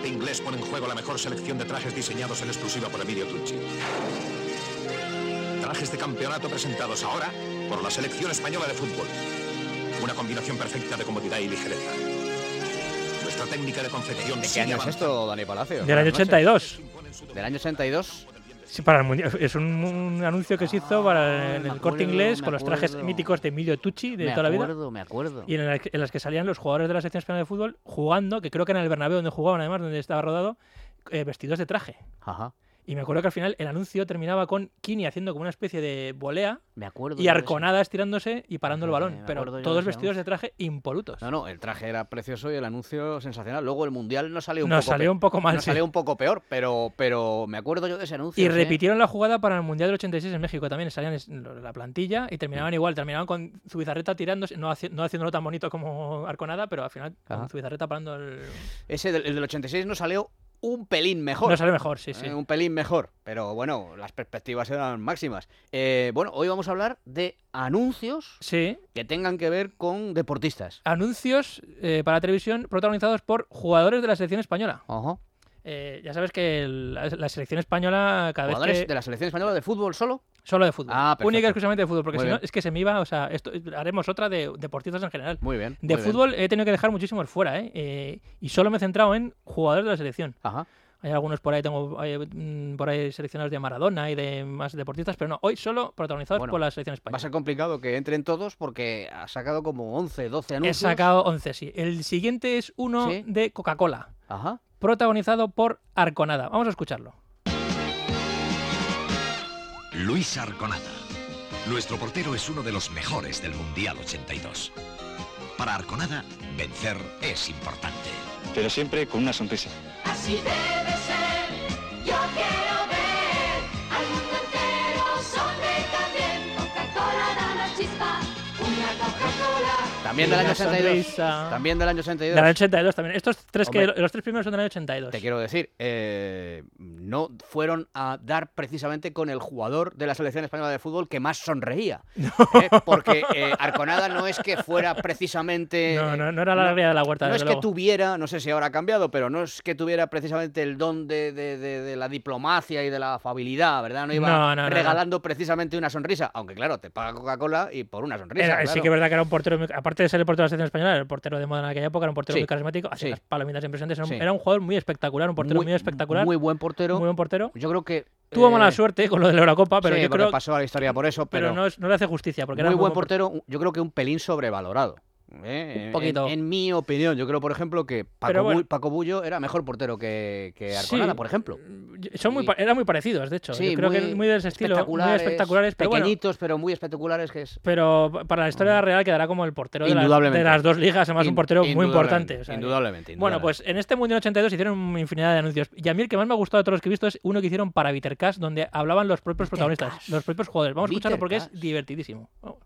Corte Inglés pone en juego la mejor selección de trajes diseñados en exclusiva por Emilio Tucci. Trajes de campeonato presentados ahora por la selección española de fútbol. Una combinación perfecta de comodidad y ligereza. Nuestra técnica de confección... ¿De qué año es esto, Dani Palacio? Del año 82. ¿Del año 82? Sí, para el mundial. Es un anuncio que se hizo para el Corte Inglés con los trajes míticos de Emilio Tucci de toda la vida. Me acuerdo. Y en las que salían los jugadores de la selección española de fútbol jugando, que creo que era en el Bernabéu donde jugaban además, donde estaba rodado, vestidos de traje. Ajá. Y me acuerdo que al final el anuncio terminaba con Kini haciendo como una especie de volea Me acuerdo. y Arconada estirándose y parando el balón, pero acuerdo yo todos de ese vestidos de traje impolutos. No, el traje era precioso y el anuncio sensacional. Luego el mundial nos salió un poco mal. Nos Sí. salió un poco peor, pero me acuerdo yo de ese anuncio. Y repitieron la jugada para el mundial del 86 en México también. Salían la plantilla y terminaban igual. Terminaban con Zubizarreta tirándose, no haciéndolo tan bonito como Arconada, pero al final con Zubizarreta parando el... Ese el del 86 nos salió un pelín mejor. No sale mejor, sí. Un pelín mejor, pero bueno, las perspectivas eran máximas. Bueno, hoy vamos a hablar de anuncios que tengan que ver con deportistas. Anuncios para televisión protagonizados por jugadores de la selección española. Ajá. Ya sabes que la selección española cada vez ¿Jugadores que... de la selección española de fútbol solo? Solo de fútbol. Perfecto. Única y exclusivamente de fútbol, porque Muy si no bien. es que se me iba, o sea, haremos otra de deportistas en general. Muy bien. De muy fútbol he tenido que dejar muchísimos fuera, y solo me he centrado en jugadores de la selección. Ajá. Hay algunos por ahí, tengo por ahí seleccionados de Maradona y de más deportistas, pero no, hoy solo protagonizados por la selección española. Va a ser complicado que entren todos porque ha sacado como 11, 12 anuncios. He sacado 11, sí. El siguiente es uno de Coca-Cola, Ajá. protagonizado por Arconada. Vamos a escucharlo. Luis Arconada. Nuestro portero es uno de los mejores del Mundial 82. Para Arconada, vencer es importante. Pero siempre con una sonrisa. Así debe ser, yo quiero ver al mundo entero sonreír también. Coca-Cola da la chispa, una Coca-Cola. También del año 82. Sonrisa. También del año 82. Del año 82 también. Estos tres, Hombre, los tres primeros son del año 82. Te quiero decir, no fueron a dar precisamente con el jugador de la selección española de fútbol que más sonreía. Porque Arconada no es que fuera precisamente... No era la alegría de la huerta, No desde es que luego. tuviera, no sé si ahora ha cambiado, pero no es que tuviera precisamente el don de la diplomacia y de la afabilidad, ¿verdad? No iba regalando precisamente una sonrisa, aunque claro, te paga Coca-Cola y por una sonrisa. Claro. Sí que es verdad que era un portero, aparte de ser el portero de la selección española, era el portero de moda en aquella época, era un portero muy carismático, hacía las palomitas impresionantes, era un jugador muy espectacular, un portero muy espectacular. Muy buen portero. Muy buen portero. Yo creo que... Tuvo mala suerte con lo de la Eurocopa, pero yo creo... pasó a la historia por eso, pero no le hace justicia, porque muy era buen portero, yo creo que un pelín sobrevalorado. Un poquito. En mi opinión, yo creo, por ejemplo, que Paco Bullo era mejor portero que Arconada, por ejemplo. Eran muy parecidos, de hecho. Sí, yo creo que muy de ese estilo, muy espectaculares. Pequeñitos, pero muy espectaculares. Pero para la historia real quedará como el portero de Indudablemente. las dos ligas, además un portero muy importante. Indudablemente. Bueno, pues en este Mundial 82 hicieron una infinidad de anuncios. Y a mí el que más me ha gustado de todos los que he visto es uno que hicieron para Vitercast, donde hablaban los propios protagonistas, los propios jugadores. Vamos a escucharlo porque es divertidísimo. Vamos.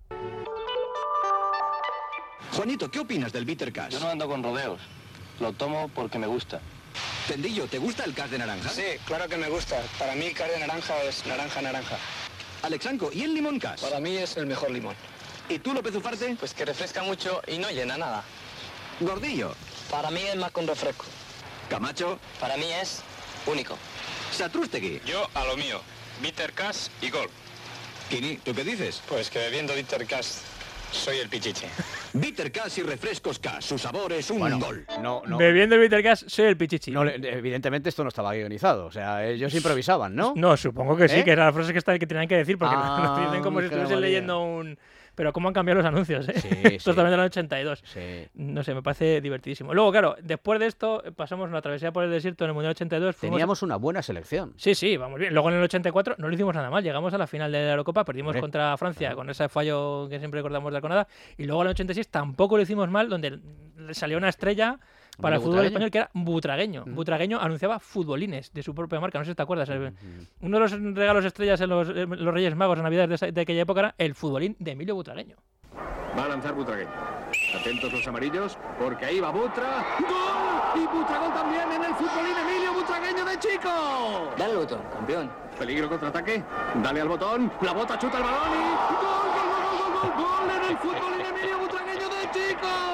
Juanito, ¿qué opinas del Bitter Cash? Yo no ando con rodeos. Lo tomo porque me gusta. Tendillo, ¿te gusta el Cash de naranja? Sí, claro que me gusta. Para mí, Cash de naranja es naranja. Alexanco, ¿y el limón Cash? Para mí es el mejor limón. ¿Y tú, López Ufarte? Pues que refresca mucho y no llena nada. Gordillo. Para mí es más con refresco. Camacho. Para mí es único. Satrústegui. Yo a lo mío. Bitter Cash y gol. Kini, ¿tú qué dices? Pues que bebiendo Bitter Cash soy el pichichi. Bitter Cash y refrescos Cash, su sabor es un gol. No. Bebiendo el Vitercast soy el pichichi. No, evidentemente esto no estaba guionizado, o sea, ellos improvisaban, ¿no? No, supongo que sí, que eran las frases que tenían que decir, porque nos dicen como si estuviesen leyendo un... Pero cómo han cambiado los anuncios, ¿eh? Sí, Esto es también del año 82. Sí. No sé, me parece divertidísimo. Luego, claro, después de esto pasamos una travesía por el desierto en el Mundial 82. Teníamos una buena selección. Sí, vamos bien. Luego en el 84 no lo hicimos nada mal. Llegamos a la final de la Eurocopa, perdimos contra Francia con ese fallo que siempre recordamos de Arconada. Y luego en el 86 tampoco lo hicimos mal, donde salió una estrella para el fútbol español que era Butragueño. Butragueño anunciaba futbolines de su propia marca, no sé si te acuerdas. Uno de los regalos estrellas en los Reyes Magos en Navidad de aquella época era el futbolín de Emilio Butragueño. Va a lanzar Butragueño. Atentos los amarillos, porque ahí va Butra. ¡Gol! Y Butragol también en el futbolín Emilio Butragueño de chico. Dale al botón, campeón. Peligro contraataque. Dale al botón. La bota, chuta el balón y... ¡Gol! ¡Gol en el futbolín Emilio Butragueño de chico!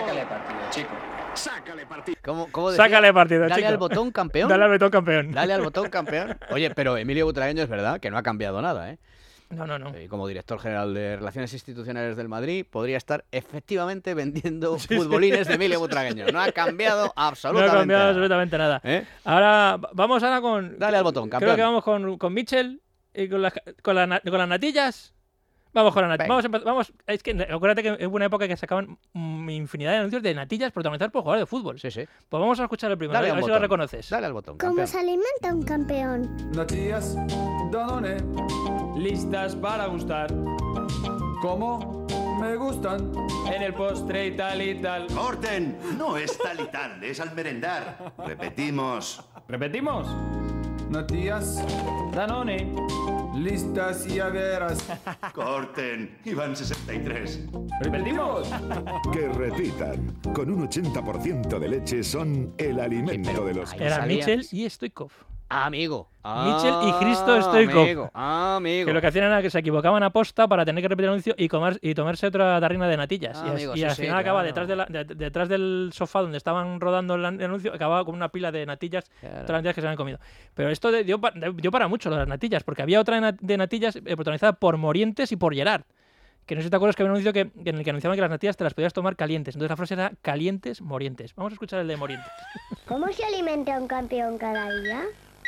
Sácale partido, chico. Sácale partido. ¿Cómo decía? Sácale partido, Dale chico. al botón campeón. Dale al botón campeón. Dale al botón campeón. Oye, pero Emilio Butragueño es verdad que no ha cambiado nada, ¿eh? No. Como director general de Relaciones Institucionales del Madrid, podría estar efectivamente vendiendo futbolines de Emilio Butragueño. No ha cambiado absolutamente nada. ¿Eh? Ahora, vamos con... Dale al botón, campeón. Creo que vamos con Mitchell y con las natillas. Vamos con las natillas. Vamos. Es que acuérdate que en una época que sacaban infinidad de anuncios de natillas protagonizadas por jugadores de fútbol. Sí. Pues vamos a escuchar el primero, Dale a ver si lo reconoces. Dale al botón, ¿Cómo campeón. se alimenta un campeón? Natillas Danone, listas para gustar. ¿Cómo? Me gustan. En el postre y tal y tal. ¡Corten! No es tal y tal, es al merendar. Repetimos. ¿Repetimos? Natillas Danone, listas y a veras. Corten, iban 63. ¿Repetimos? Que repitan. Con un 80% de leche son el alimento de los... Eran Mitchell y Stoichkov. Amigo. Mitchell y Hristo Stoichkov. Amigo. Que lo que hacían era que se equivocaban a posta para tener que repetir el anuncio y tomarse otra tarrina de natillas. Y al final acaba detrás del sofá donde estaban rodando el anuncio, acababa con una pila de natillas, todas las natillas que se habían comido. Pero esto dio para mucho, lo de las natillas, porque había otra de natillas protagonizada por Morientes y por Gerard. Que no sé si te acuerdas que había un anuncio en el que anunciaban que las natillas te las podías tomar calientes. Entonces la frase era calientes, Morientes. Vamos a escuchar el de Morientes. ¿Cómo se alimenta un campeón cada día?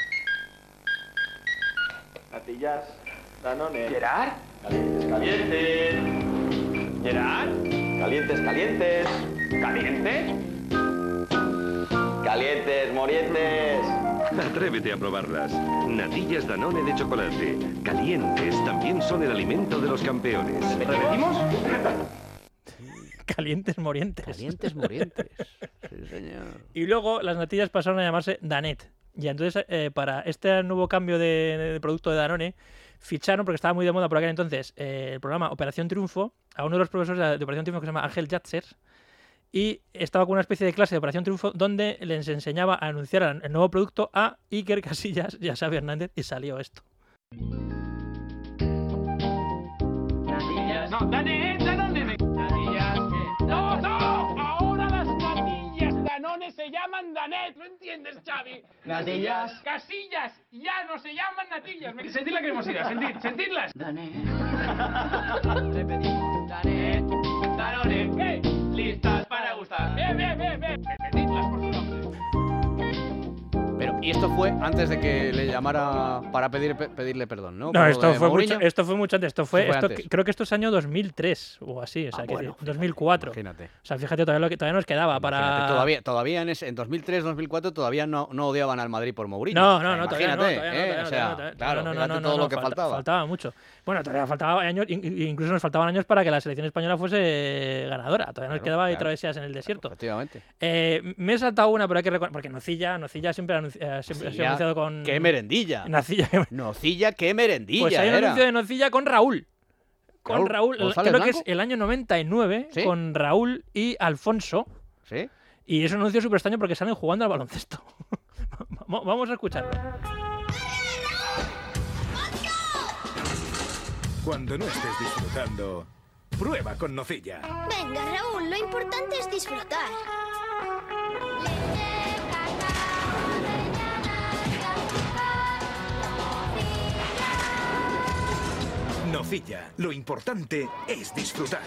Natillas, Danone. ¿Gerard? Calientes, calientes. ¿Gerard? Calientes, calientes. ¿Caliente? Calientes, Morientes. Atrévete a probarlas. Natillas Danone de chocolate. Calientes también son el alimento de los campeones. ¿Repetimos? Calientes, Morientes. Calientes, Morientes. Sí, señor. Y luego las natillas pasaron a llamarse Danet. Y entonces, para este nuevo cambio de producto de Danone, ficharon, porque estaba muy de moda por aquel entonces, el programa Operación Triunfo, a uno de los profesores de Operación Triunfo que se llama Ángel Yatzer, y estaba con una especie de clase de Operación Triunfo donde les enseñaba a anunciar el nuevo producto a Iker Casillas y a Xavi Hernández, y salió esto. Natillas. No, Danone. Natillas. No. Ahora las natillas Danone se llaman Danet. ¿Lo entiendes, Xavi? Natillas. Casillas ya no se llaman natillas. Sentid la cremosidad, sentidlas. Danet. Repetimos. Danet. Danone. Listas para gustar. Bien. Repetidlas por su nombre. Y esto fue antes de que le llamara para pedirle perdón, ¿no? No, esto fue mucho antes. Creo que esto es año 2003 o así, o sea, 2004. Imagínate. O sea, fíjate, todavía nos quedaba para... Todavía en 2003, 2004 todavía no odiaban al Madrid por Mourinho. No, todavía no, todo lo que faltaba. Faltaba mucho. Bueno, todavía faltaban años, incluso nos faltaban años para que la selección española fuese ganadora. Todavía nos quedaba travesías en el desierto. Efectivamente. Me he saltado una, pero hay que recordar, porque Nocilla siempre ha anunciado con... ¡Qué merendilla! Nocilla, qué merendilla. Pues hay un anuncio de Nocilla con Raúl. Con Raúl, creo que es el año 99, ¿sí? Con Raúl y Alfonso. ¿Sí? Y es un anuncio súper extraño porque salen jugando al baloncesto. Vamos a escucharlo. Cuando no estés disfrutando, prueba con Nocilla. Venga, Raúl, lo importante es disfrutar. Nocilla, lo importante es disfrutar.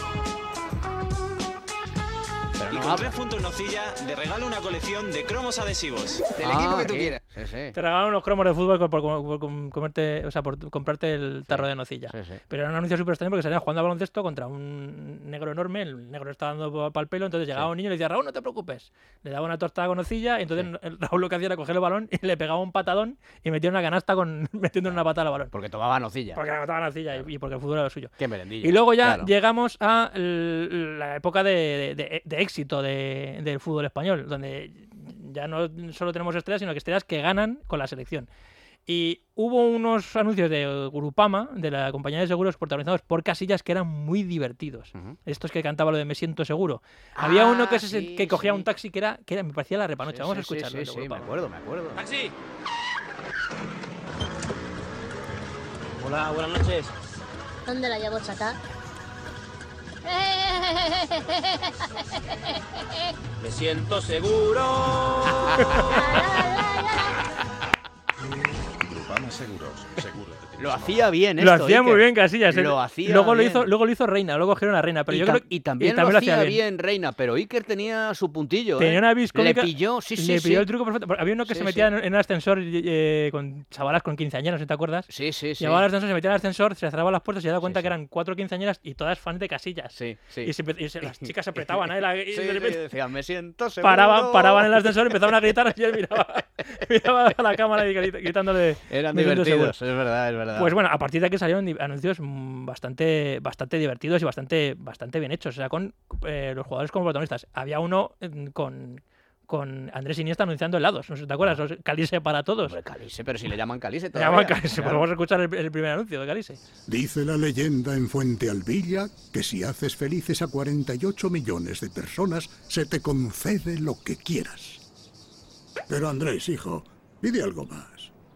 Y con 3 puntos Nocilla te regalo una colección de cromos adhesivos. Del equipo que tú quieras. Sí. Te regalan unos cromos de fútbol por comprarte el tarro de Nocilla. Sí. Pero era un anuncio súper extraño porque salían jugando al baloncesto contra un negro enorme. El negro estaba dando para el pelo, entonces llegaba un niño y le decía: Raúl, no te preocupes. Le daba una tostada con Nocilla y entonces Raúl lo que hacía era coger el balón y le pegaba un patadón y metía una canasta metiendo una patada al balón. Porque tomaba Nocilla. Porque tomaba Nocilla y porque el fútbol era lo suyo. Qué merendilla. Y luego ya llegamos a la época de éxito del fútbol español, donde ya no solo tenemos estrellas, sino que estrellas que ganan con la selección. Y hubo unos anuncios de Grupama, de la compañía de seguros protagonizados por Casillas, que eran muy divertidos. Estos que cantaba lo de Me siento seguro. Había uno que cogía un taxi que era me parecía la repanocha. Vamos a escucharlo. Sí, me acuerdo. ¡Taxi! Hola, buenas noches. ¿Dónde la llevo, chaca? Me siento seguro. Grupama Seguros. Lo hacía bien esto. Lo hacía muy bien Casillas. Lo hacía luego bien. Lo hizo Reina, luego cogieron a Reina. Pero yo creo y también lo hacía bien Reina, pero Iker tenía su puntillo. Tenía una vis cómica, le pilló, le pilló el truco perfecto. Había uno que se metía en el ascensor con chavalas con quinceañeras, ¿no te acuerdas? Sí. Llevaba al ascensor, se metía en el ascensor, se cerraban las puertas y se daba cuenta que eran 4 quinceañeras y todas fans de Casillas. Sí. Y las chicas se apretaban, ¿eh? Y de repente decían, me siento seguro. Paraban en el ascensor, empezaban a gritar y él miraba a la cámara y gritándole. Eran divertidos, es verdad. Pues bueno, a partir de aquí salieron anuncios bastante divertidos y bastante bien hechos, o sea, con los jugadores como protagonistas. Había uno con Andrés Iniesta anunciando helados, no sé si te acuerdas, Calise para todos. Hombre, Calise, pero si le llaman Calise todavía. Le llaman Calise, claro. Podemos escuchar el primer anuncio de Calise. Dice la leyenda en Fuente Alvilla que si haces felices a 48 millones de personas, se te concede lo que quieras. Pero Andrés, hijo, pide algo más.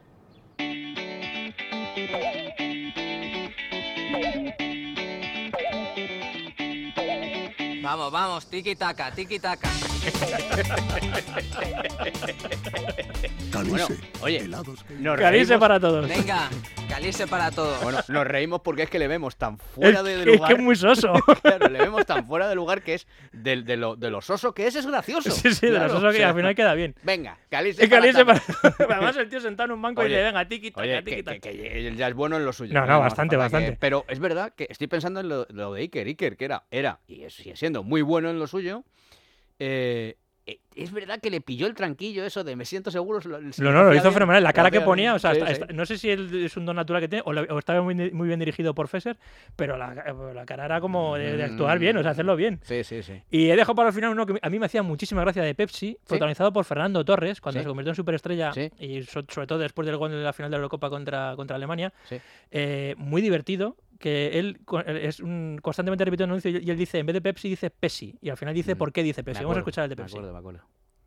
Vamos, tiki-taka. Calise, bueno, oye, Calise para todos. Venga, Calise para todos. Bueno, nos reímos porque es que le vemos tan fuera de lugar. Es que es muy soso. Claro, le vemos tan fuera de lugar que es de lo soso que es gracioso. Sí, claro, de lo soso que al final queda bien. Venga, Calise para Además el tío sentado en un banco y le venga, tiki-taka. Que él ya es bueno en lo suyo. No, bastante. Pero es verdad que estoy pensando en lo de Iker, que era y sigue siendo muy bueno en lo suyo. Es verdad que le pilló el tranquillo eso de me siento seguro. Lo hizo fenomenal. La cara que ponía, o sea, no sé si es un don natural que tiene o estaba muy bien dirigido por Fesser, pero la cara era como de actuar bien, o sea, hacerlo bien. Sí. Y he dejado para el final uno que a mí me hacía muchísima gracia de Pepsi, protagonizado por Fernando Torres, cuando se convirtió en superestrella y sobre todo después del gol de la final de la Eurocopa contra Alemania. Muy divertido. Que él constantemente repite un anuncio y él dice, en vez de Pepsi, dice Pepsi. Y al final dice, ¿por qué dice Pepsi? Vamos a escuchar el de Pepsi. Me acuerdo.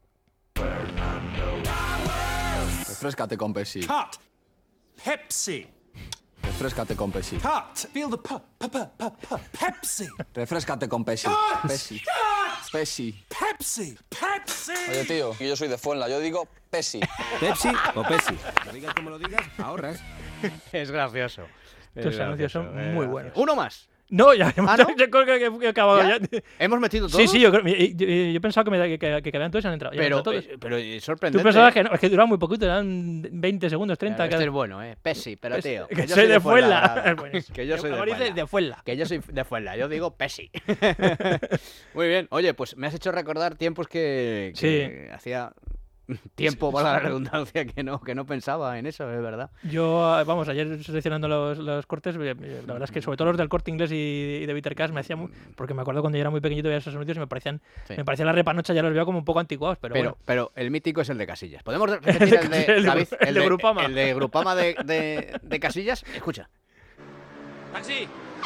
Refréscate con Pepsi. Cut. Pepsi. Refréscate con Pepsi. Cut. Feel the Pepsi. Refréscate con Pepsi. Pepsi. Pepsi. Pepsi. Oye, tío, yo soy de Fuenla, yo digo Pepsi. ¿Pepsi o Pepsi? Lo digas como lo digas, ahorras. Es gracioso. Estos anuncios son muy buenos. ¿Uno más? No, ya. ¿Ah, no? Yo creo que he acabado ya. ¿Hemos metido todos? Sí, yo pensaba que quedaban todos y han entrado. Pero es sorprendente. Tú pensabas que no, es que duraba muy poquito, eran 20 segundos, 30. Este es bueno, Pepsi, pero tío. Que yo soy de Fuenla. Que yo soy de Fuenla. Que yo soy de Fuenla, yo digo Pepsi. Muy bien. Oye, pues me has hecho recordar tiempos que hacía tiempo, para la redundancia, que no pensaba en eso, es verdad. Yo, ayer seleccionando los cortes, la verdad es que sobre todo los del Corte Inglés y de Bitter Cash me hacía porque me acuerdo cuando yo era muy pequeñito veía esos anuncios y me parecían la repanocha, ya los veo como un poco anticuados, pero el mítico es el de Casillas. ¿Podemos repetir el de David? El de Grupama. El de Grupama de Casillas. Escucha. ¡Taxi!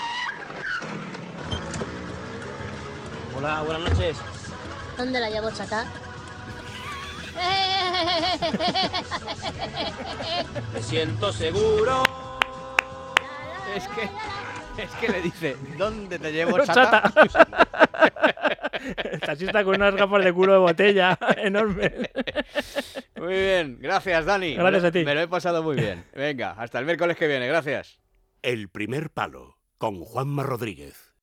Hola, buenas noches. ¿Dónde la llevo, chata? Me siento seguro. Es que le dice, ¿dónde te llevo, chata? El taxista con unas gafas de culo de botella enormes. Muy bien, gracias, Dani. Gracias a ti. Me lo he pasado muy bien. Venga, hasta el miércoles que viene, gracias. El primer palo, con Juanma Rodríguez.